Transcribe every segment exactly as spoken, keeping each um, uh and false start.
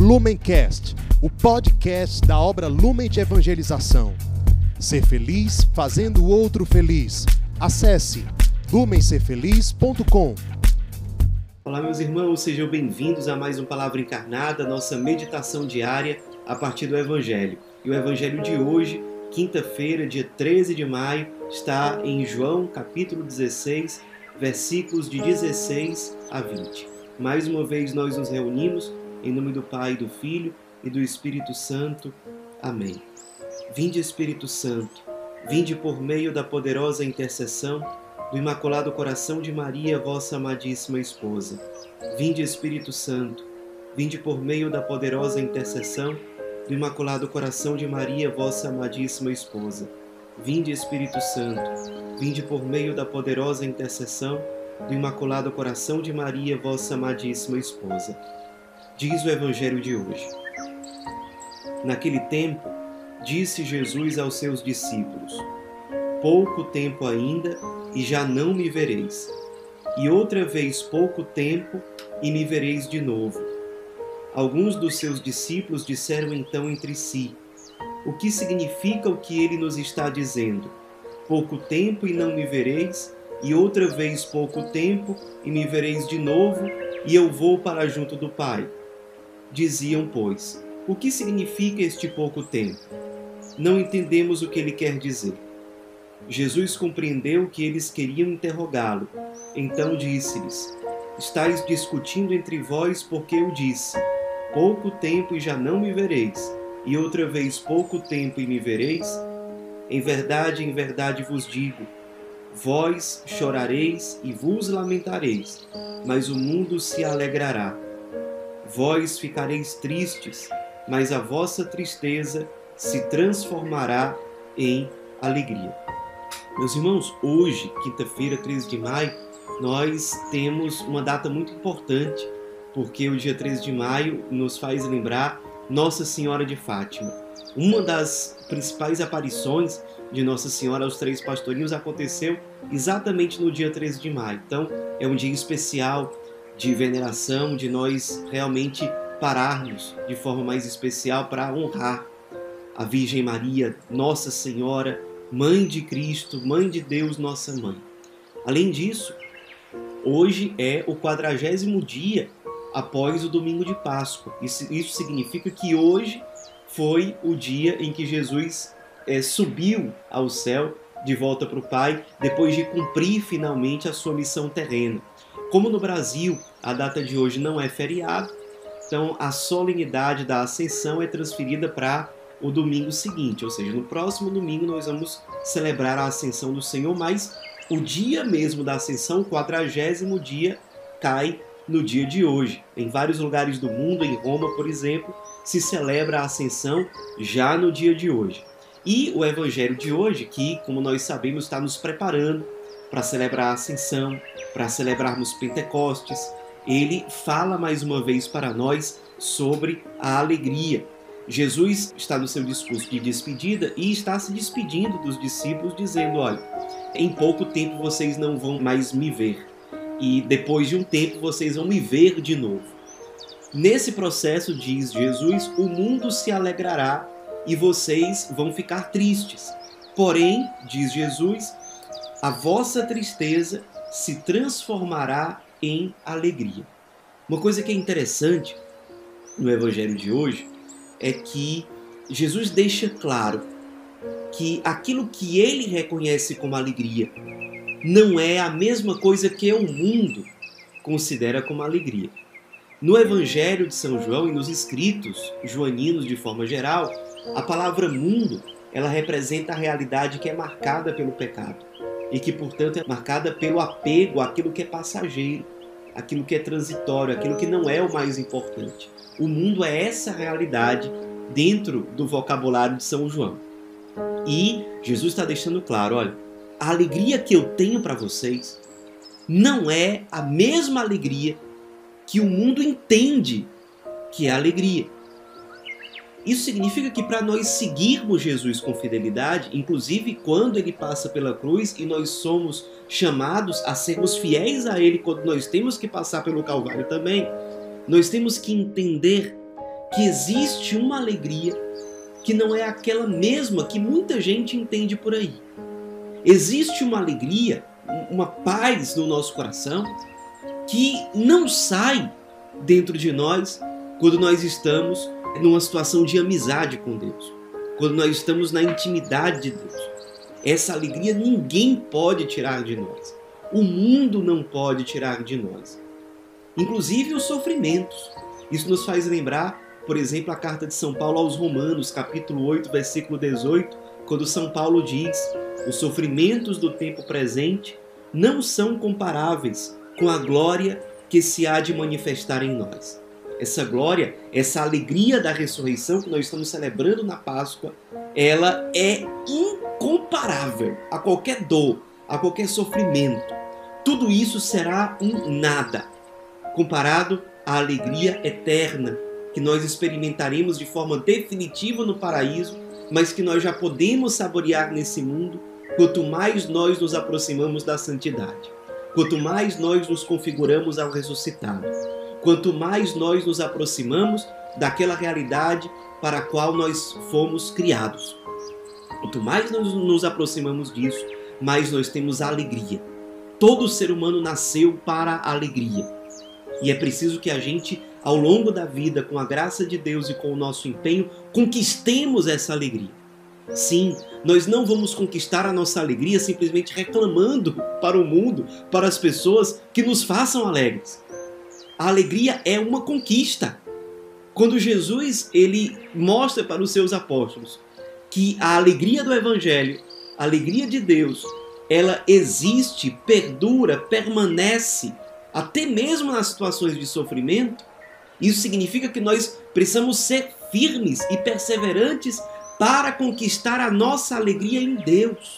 Lumencast, o podcast da obra Lumen de Evangelização. Ser feliz fazendo o outro feliz. Acesse lumen ser feliz ponto com. Olá, meus irmãos, sejam bem-vindos a mais um Palavra Encarnada, nossa meditação diária a partir do Evangelho. E o Evangelho de hoje, quinta-feira, dia treze de maio, está em João, capítulo dezesseis, versículos de dezesseis a vinte. Mais uma vez nós nos reunimos em nome do Pai, do Filho e do Espírito Santo. Amém. Vinde, Espírito Santo, vinde por meio da poderosa intercessão do Imaculado Coração de Maria, vossa amadíssima esposa. Vinde, Espírito Santo, vinde por meio da poderosa intercessão do Imaculado Coração de Maria, vossa amadíssima esposa. Vinde, Espírito Santo, vinde por meio da poderosa intercessão do Imaculado Coração de Maria, vossa amadíssima esposa. Diz o Evangelho de hoje. Naquele tempo, disse Jesus aos seus discípulos: pouco tempo ainda, e já não me vereis. E outra vez pouco tempo, e me vereis de novo. Alguns dos seus discípulos disseram então entre si: o que significa o que ele nos está dizendo? Pouco tempo e não me vereis, e outra vez pouco tempo, e me vereis de novo, e eu vou para junto do Pai. Diziam, pois: o que significa este pouco tempo? Não entendemos o que ele quer dizer. Jesus compreendeu que eles queriam interrogá-lo. Então disse-lhes: estáis discutindo entre vós porque eu disse: pouco tempo e já não me vereis, e outra vez pouco tempo e me vereis? Em verdade, em verdade vos digo, vós chorareis e vos lamentareis, mas o mundo se alegrará. Vós ficareis tristes, mas a vossa tristeza se transformará em alegria. Meus irmãos, hoje, quinta-feira, treze de maio, nós temos uma data muito importante, porque o dia treze de maio nos faz lembrar Nossa Senhora de Fátima. Uma das principais aparições de Nossa Senhora aos três pastorinhos aconteceu exatamente no dia treze de maio. Então, é um dia especial de veneração, de nós realmente pararmos de forma mais especial para honrar a Virgem Maria, Nossa Senhora, Mãe de Cristo, Mãe de Deus, nossa Mãe. Além disso, hoje é o quadragésimo dia após o domingo de Páscoa. Isso, isso significa que hoje foi o dia em que Jesus é, subiu ao céu, de volta para o Pai, depois de cumprir finalmente a sua missão terrena. Como no Brasil a data de hoje não é feriado, então a solenidade da Ascensão é transferida para o domingo seguinte, ou seja, no próximo domingo nós vamos celebrar a Ascensão do Senhor, mas o dia mesmo da Ascensão, o quadragésimo dia, cai no dia de hoje. Em vários lugares do mundo, em Roma, por exemplo, se celebra a Ascensão já no dia de hoje. E o Evangelho de hoje, que, como nós sabemos, está nos preparando para celebrar a Ascensão, para celebrarmos Pentecostes, ele fala mais uma vez para nós sobre a alegria. Jesus está no seu discurso de despedida e está se despedindo dos discípulos, dizendo: olha, em pouco tempo vocês não vão mais me ver, e depois de um tempo vocês vão me ver de novo. Nesse processo, diz Jesus, o mundo se alegrará e vocês vão ficar tristes. Porém, diz Jesus, a vossa tristeza se transformará em alegria. Uma coisa que é interessante no Evangelho de hoje é que Jesus deixa claro que aquilo que ele reconhece como alegria não é a mesma coisa que o mundo considera como alegria. No Evangelho de São João e nos escritos joaninos de forma geral, a palavra mundo, ela representa a realidade que é marcada pelo pecado e que, portanto, é marcada pelo apego àquilo que é passageiro, aquilo que é transitório, aquilo que não é o mais importante. O mundo é essa realidade dentro do vocabulário de São João. E Jesus está deixando claro, olha, a alegria que eu tenho para vocês não é a mesma alegria que o mundo entende que é alegria. Isso significa que para nós seguirmos Jesus com fidelidade, inclusive quando ele passa pela cruz e nós somos chamados a sermos fiéis a ele quando nós temos que passar pelo Calvário também, nós temos que entender que existe uma alegria que não é aquela mesma que muita gente entende por aí. Existe uma alegria, uma paz no nosso coração que não sai dentro de nós quando nós estamos numa situação de amizade com Deus, quando nós estamos na intimidade de Deus. Essa alegria ninguém pode tirar de nós. O mundo não pode tirar de nós. Inclusive os sofrimentos. Isso nos faz lembrar, por exemplo, a carta de São Paulo aos Romanos, capítulo oito, versículo dezoito, quando São Paulo diz: os sofrimentos do tempo presente não são comparáveis com a glória que se há de manifestar em nós. Essa glória, essa alegria da ressurreição que nós estamos celebrando na Páscoa, ela é incomparável a qualquer dor, a qualquer sofrimento. Tudo isso será um nada comparado à alegria eterna que nós experimentaremos de forma definitiva no paraíso, mas que nós já podemos saborear nesse mundo quanto mais nós nos aproximamos da santidade, quanto mais nós nos configuramos ao ressuscitado, quanto mais nós nos aproximamos daquela realidade para a qual nós fomos criados. Quanto mais nós nos aproximamos disso, mais nós temos alegria. Todo ser humano nasceu para a alegria. E é preciso que a gente, ao longo da vida, com a graça de Deus e com o nosso empenho, conquistemos essa alegria. Sim, nós não vamos conquistar a nossa alegria simplesmente reclamando para o mundo, para as pessoas que nos façam alegres. A alegria é uma conquista. Quando Jesus ele mostra para os seus apóstolos que a alegria do Evangelho, a alegria de Deus, ela existe, perdura, permanece, até mesmo nas situações de sofrimento, isso significa que nós precisamos ser firmes e perseverantes para conquistar a nossa alegria em Deus.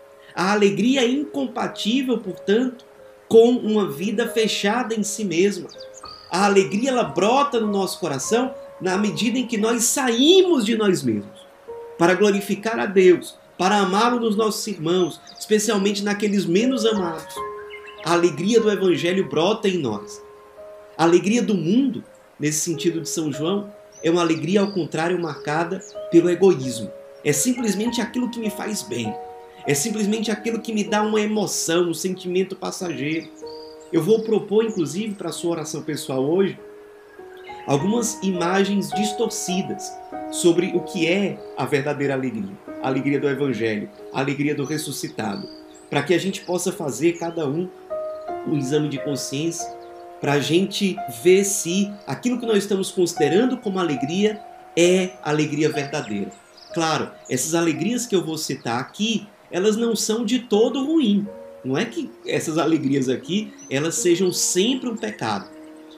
A alegria é incompatível, portanto, com uma vida fechada em si mesma. A alegria ela brota no nosso coração na medida em que nós saímos de nós mesmos para glorificar a Deus, para amá-lo nos nossos irmãos, especialmente naqueles menos amados. A alegria do Evangelho brota em nós. A alegria do mundo, nesse sentido de São João, é uma alegria ao contrário marcada pelo egoísmo. É simplesmente aquilo que me faz bem. É simplesmente aquilo que me dá uma emoção, um sentimento passageiro. Eu vou propor, inclusive, para a sua oração pessoal hoje, algumas imagens distorcidas sobre o que é a verdadeira alegria. A alegria do Evangelho, a alegria do ressuscitado. Para que a gente possa fazer, cada um, um exame de consciência, para a gente ver se aquilo que nós estamos considerando como alegria é alegria verdadeira. Claro, essas alegrias que eu vou citar aqui, elas não são de todo ruim. Não é que essas alegrias aqui, elas sejam sempre um pecado.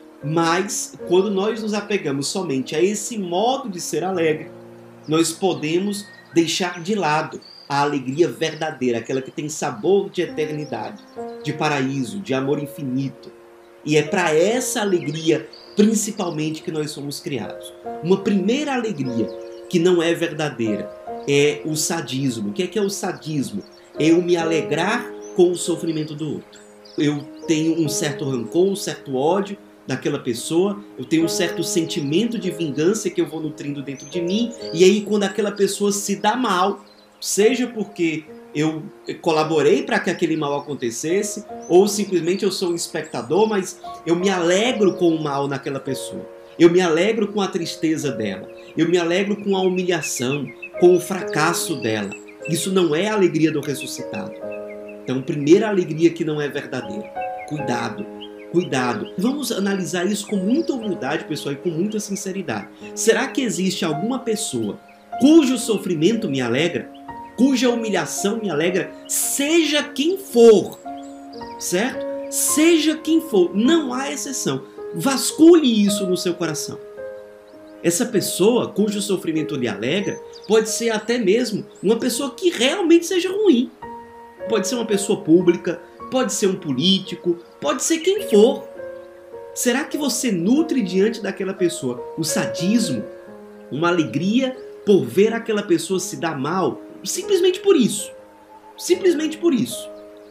Mas, quando nós nos apegamos somente a esse modo de ser alegre, nós podemos deixar de lado a alegria verdadeira, aquela que tem sabor de eternidade, de paraíso, de amor infinito. E é para essa alegria, principalmente, que nós somos criados. Uma primeira alegria que não é verdadeira é o sadismo. O que é que é o sadismo? É eu me alegrar com o sofrimento do outro. Eu tenho um certo rancor, um certo ódio daquela pessoa, eu tenho um certo sentimento de vingança que eu vou nutrindo dentro de mim, e aí quando aquela pessoa se dá mal, seja porque eu colaborei para que aquele mal acontecesse, ou simplesmente eu sou um espectador, mas eu me alegro com o mal naquela pessoa. Eu me alegro com a tristeza dela. Eu me alegro com a humilhação, com o fracasso dela. Isso não é a alegria do ressuscitado. Então, primeira alegria que não é verdadeira. Cuidado, cuidado. Vamos analisar isso com muita humildade, pessoal, e com muita sinceridade. Será que existe alguma pessoa cujo sofrimento me alegra? Cuja humilhação me alegra? Seja quem for, certo? Seja quem for, não há exceção. Vasculhe isso no seu coração. Essa pessoa cujo sofrimento lhe alegra pode ser até mesmo uma pessoa que realmente seja ruim. Pode ser uma pessoa pública, pode ser um político, pode ser quem for. Será que você nutre diante daquela pessoa o sadismo, uma alegria por ver aquela pessoa se dar mal? Simplesmente por isso. Simplesmente por isso.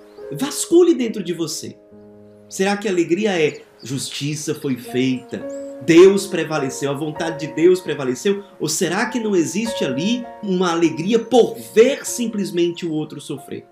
Vasculhe dentro de você. Será que a alegria é justiça foi feita, Deus prevaleceu, a vontade de Deus prevaleceu? Ou será que não existe ali uma alegria por ver simplesmente o outro sofrer?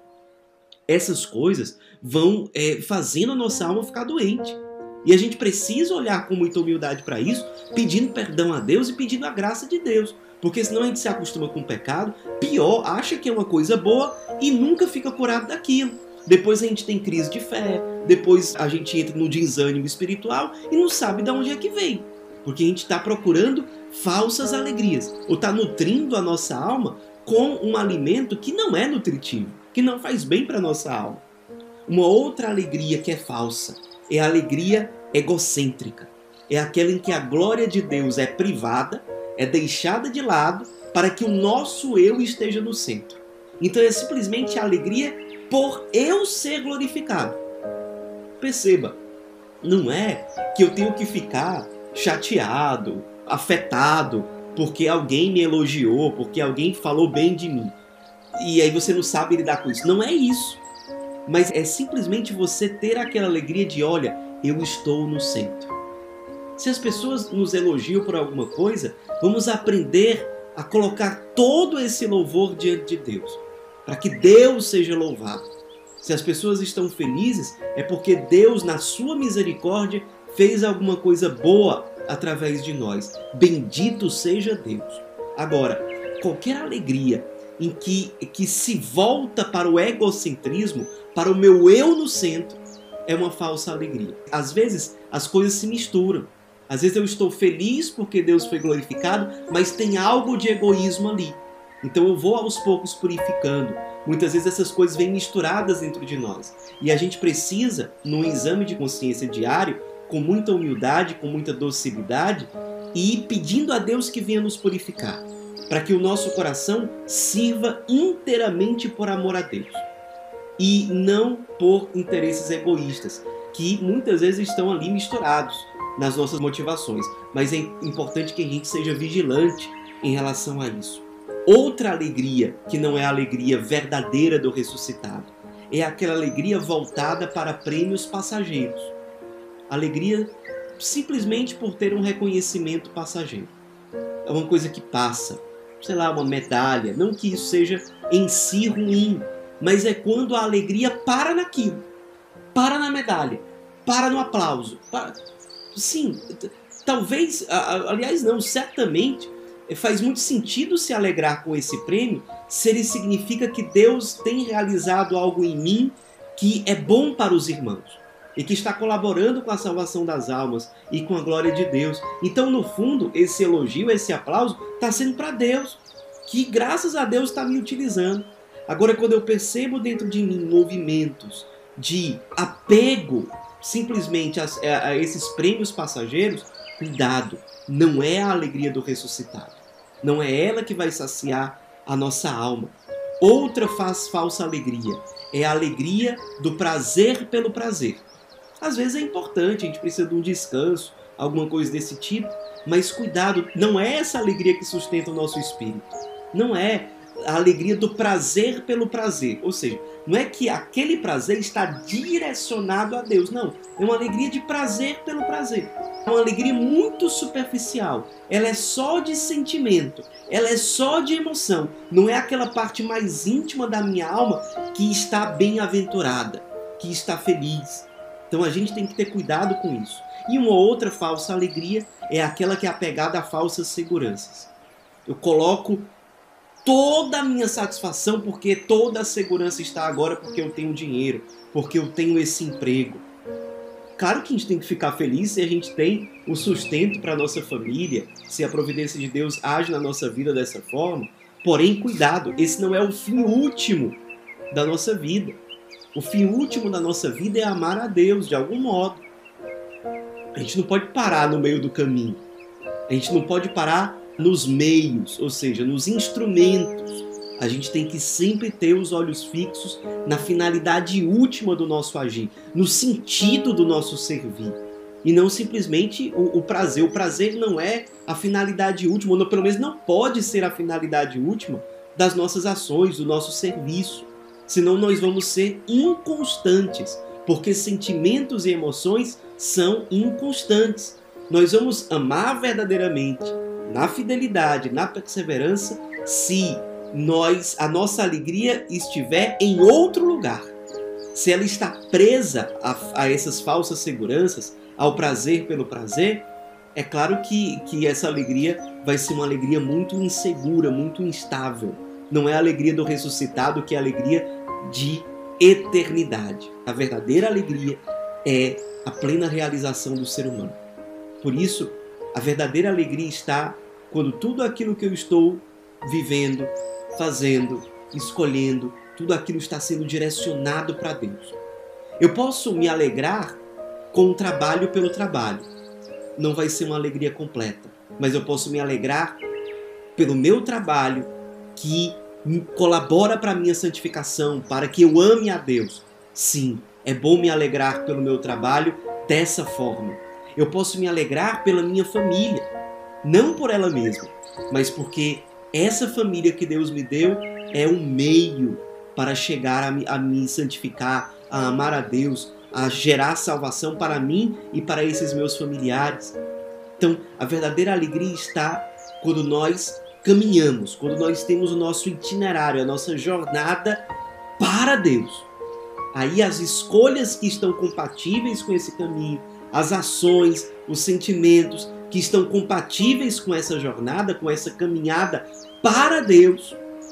Essas coisas vão é, fazendo a nossa alma ficar doente. E a gente precisa olhar com muita humildade para isso, pedindo perdão a Deus e pedindo a graça de Deus. Porque senão a gente se acostuma com o pecado, pior, acha que é uma coisa boa e nunca fica curado daquilo. Depois a gente tem crise de fé, depois a gente entra no desânimo espiritual e não sabe de onde é que vem. Porque a gente está procurando falsas alegrias, ou está nutrindo a nossa alma com um alimento que não é nutritivo, que não faz bem para a nossa alma. Uma outra alegria que é falsa é a alegria egocêntrica. É aquela em que a glória de Deus é privada, é deixada de lado para que o nosso eu esteja no centro. Então é simplesmente a alegria por eu ser glorificado. Perceba, não é que eu tenho que ficar chateado, afetado, porque alguém me elogiou, porque alguém falou bem de mim. E aí você não sabe lidar com isso. Não é isso. Mas é simplesmente você ter aquela alegria de, olha, eu estou no centro. Se as pessoas nos elogiam por alguma coisa, vamos aprender a colocar todo esse louvor diante de Deus, para que Deus seja louvado. Se as pessoas estão felizes, é porque Deus, na sua misericórdia, fez alguma coisa boa através de nós. Bendito seja Deus. Agora, qualquer alegria em que, que se volta para o egocentrismo, para o meu eu no centro, é uma falsa alegria. Às vezes, as coisas se misturam. Às vezes eu estou feliz porque Deus foi glorificado, mas tem algo de egoísmo ali. Então eu vou aos poucos purificando. Muitas vezes essas coisas vêm misturadas dentro de nós. E a gente precisa, num exame de consciência diário, com muita humildade, com muita docilidade, e ir pedindo a Deus que venha nos purificar, para que o nosso coração sirva inteiramente por amor a Deus. E não por interesses egoístas, que muitas vezes estão ali misturados nas nossas motivações. Mas é importante que a gente seja vigilante em relação a isso. Outra alegria, que não é a alegria verdadeira do ressuscitado, é aquela alegria voltada para prêmios passageiros. Alegria simplesmente por ter um reconhecimento passageiro. É uma coisa que passa, sei lá, uma medalha. Não que isso seja em si ruim, mas é quando a alegria para naquilo. Para na medalha, para no aplauso. Para... Sim, talvez, aliás não, certamente faz muito sentido se alegrar com esse prêmio se ele significa que Deus tem realizado algo em mim que é bom para os irmãos e que está colaborando com a salvação das almas e com a glória de Deus. Então, no fundo, esse elogio, esse aplauso está sendo para Deus, que graças a Deus está me utilizando. Agora, quando eu percebo dentro de mim movimentos de apego simplesmente a, a, a esses prêmios passageiros, cuidado, não é a alegria do ressuscitado. Não é ela que vai saciar a nossa alma. Outra faz falsa alegria é a alegria do prazer pelo prazer. Às vezes é importante, a gente precisa de um descanso, alguma coisa desse tipo, mas cuidado, não é essa alegria que sustenta o nosso espírito. Não é a alegria do prazer pelo prazer. Ou seja, não é que aquele prazer está direcionado a Deus. Não, é uma alegria de prazer pelo prazer. É uma alegria muito superficial. Ela é só de sentimento. Ela é só de emoção. Não é aquela parte mais íntima da minha alma que está bem-aventurada, que está feliz. Então a gente tem que ter cuidado com isso. E uma outra falsa alegria é aquela que é apegada a falsas seguranças. Eu coloco toda a minha satisfação porque toda a segurança está agora porque eu tenho dinheiro, porque eu tenho esse emprego. Claro que a gente tem que ficar feliz se a gente tem o sustento para a nossa família, se a providência de Deus age na nossa vida dessa forma. Porém, cuidado, esse não é o fim último da nossa vida. O fim último da nossa vida é amar a Deus de algum modo. A gente não pode parar no meio do caminho. A gente não pode parar nos meios, ou seja, nos instrumentos. A gente tem que sempre ter os olhos fixos na finalidade última do nosso agir, no sentido do nosso servir. E não simplesmente o, o prazer. O prazer não é a finalidade última, ou pelo menos não pode ser a finalidade última das nossas ações, do nosso serviço. Senão nós vamos ser inconstantes, porque sentimentos e emoções são inconstantes. Nós vamos amar verdadeiramente, na fidelidade, na perseverança, se nós, a nossa alegria estiver em outro lugar. Se ela está presa a, a essas falsas seguranças, ao prazer pelo prazer, é claro que, que essa alegria vai ser uma alegria muito insegura, muito instável. Não é a alegria do ressuscitado, que é a alegria de eternidade. A verdadeira alegria é a plena realização do ser humano. Por isso, a verdadeira alegria está quando tudo aquilo que eu estou vivendo, fazendo, escolhendo, tudo aquilo está sendo direcionado para Deus. Eu posso me alegrar com o trabalho pelo trabalho. Não vai ser uma alegria completa, mas eu posso me alegrar pelo meu trabalho que colabora para a minha santificação, para que eu ame a Deus. Sim, é bom me alegrar pelo meu trabalho dessa forma. Eu posso me alegrar pela minha família, não por ela mesma, mas porque essa família que Deus me deu é um meio para chegar a me, a me santificar, a amar a Deus, a gerar salvação para mim e para esses meus familiares. Então, a verdadeira alegria está quando nós caminhamos, quando nós temos o nosso itinerário, a nossa jornada para Deus. Aí as escolhas que estão compatíveis com esse caminho, as ações, os sentimentos que estão compatíveis com essa jornada, com essa caminhada para Deus,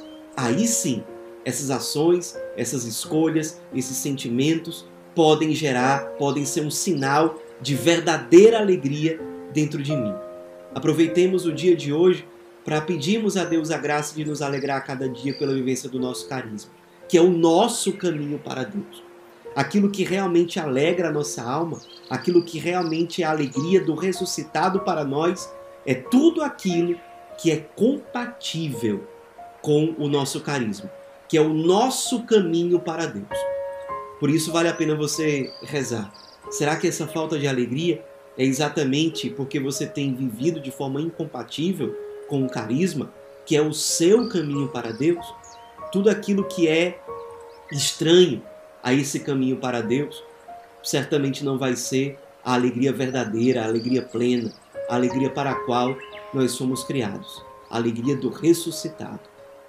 aí sim, essas ações, essas escolhas, esses sentimentos podem gerar, podem ser um sinal de verdadeira alegria dentro de mim. Aproveitemos o dia de hoje para pedirmos a Deus a graça de nos alegrar a cada dia pela vivência do nosso carisma, que é o nosso caminho para Deus. Aquilo que realmente alegra a nossa alma, aquilo que realmente é a alegria do ressuscitado para nós, é tudo aquilo que é compatível com o nosso carisma, que é o nosso caminho para Deus. Por isso vale a pena você rezar. Será que essa falta de alegria é exatamente porque você tem vivido de forma incompatível com o carisma, que é o seu caminho para Deus? Tudo aquilo que é estranho a esse caminho para Deus, certamente não vai ser a alegria verdadeira, a alegria plena, a alegria para a qual nós somos criados, a alegria do ressuscitado.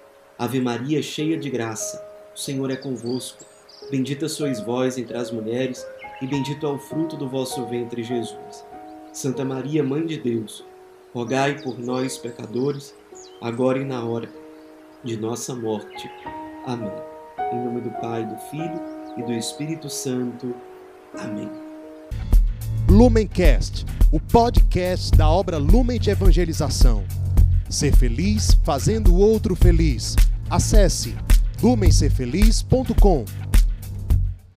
Ave Maria, cheia de graça, o Senhor é convosco. Bendita sois vós entre as mulheres, e bendito é o fruto do vosso ventre, Jesus. Santa Maria, Mãe de Deus, rogai por nós, pecadores, agora e na hora de nossa morte. Amém. Em nome do Pai, do Filho e do Espírito Santo. Amém. Lumencast, o podcast da obra Lumen de Evangelização. Ser feliz fazendo o outro feliz. Acesse lumen ser feliz ponto com.